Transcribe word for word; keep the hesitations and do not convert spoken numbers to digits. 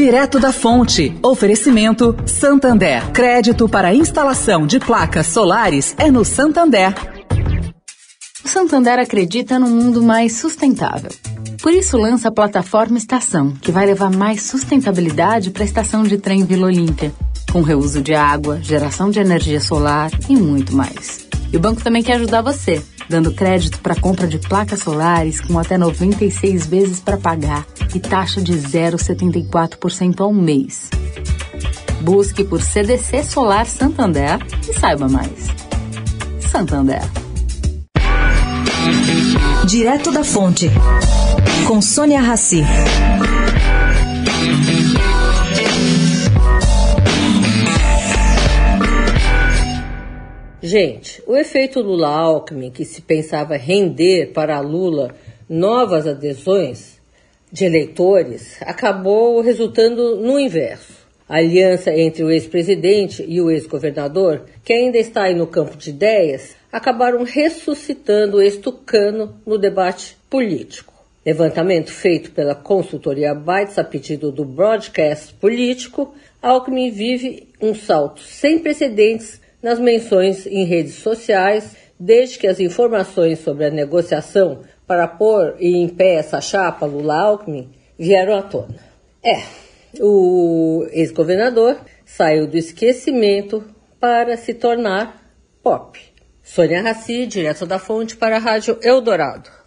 Direto da Fonte. Oferecimento Santander. Crédito para instalação de placas solares é no Santander. O Santander acredita num mundo mais sustentável. Por isso lança a plataforma Estação, que vai levar mais sustentabilidade para a estação de trem Vila Olímpia, com reuso de água, geração de energia solar e muito mais. E o banco também quer ajudar você, dando crédito para compra de placas solares com até noventa e seis vezes para pagar e taxa de zero vírgula setenta e quatro por cento ao mês. Busque por C D C Solar Santander e saiba mais. Santander. Direto da Fonte, com Sônia Rassi. Gente, o efeito Lula-Alckmin, que se pensava render para Lula novas adesões de eleitores, acabou resultando no inverso. A aliança entre o ex-presidente e o ex-governador, que ainda está aí no campo de ideias, acabaram ressuscitando o ex-tucano no debate político. Levantamento feito pela consultoria Bytes a pedido do Broadcast Político, Alckmin vive um salto sem precedentes nas menções em redes sociais, desde que as informações sobre a negociação para pôr em pé essa chapa Lula-Alckmin vieram à tona. É, o ex-governador saiu do esquecimento para se tornar pop. Sônia Rassi, direto da Fonte para a Rádio Eldorado.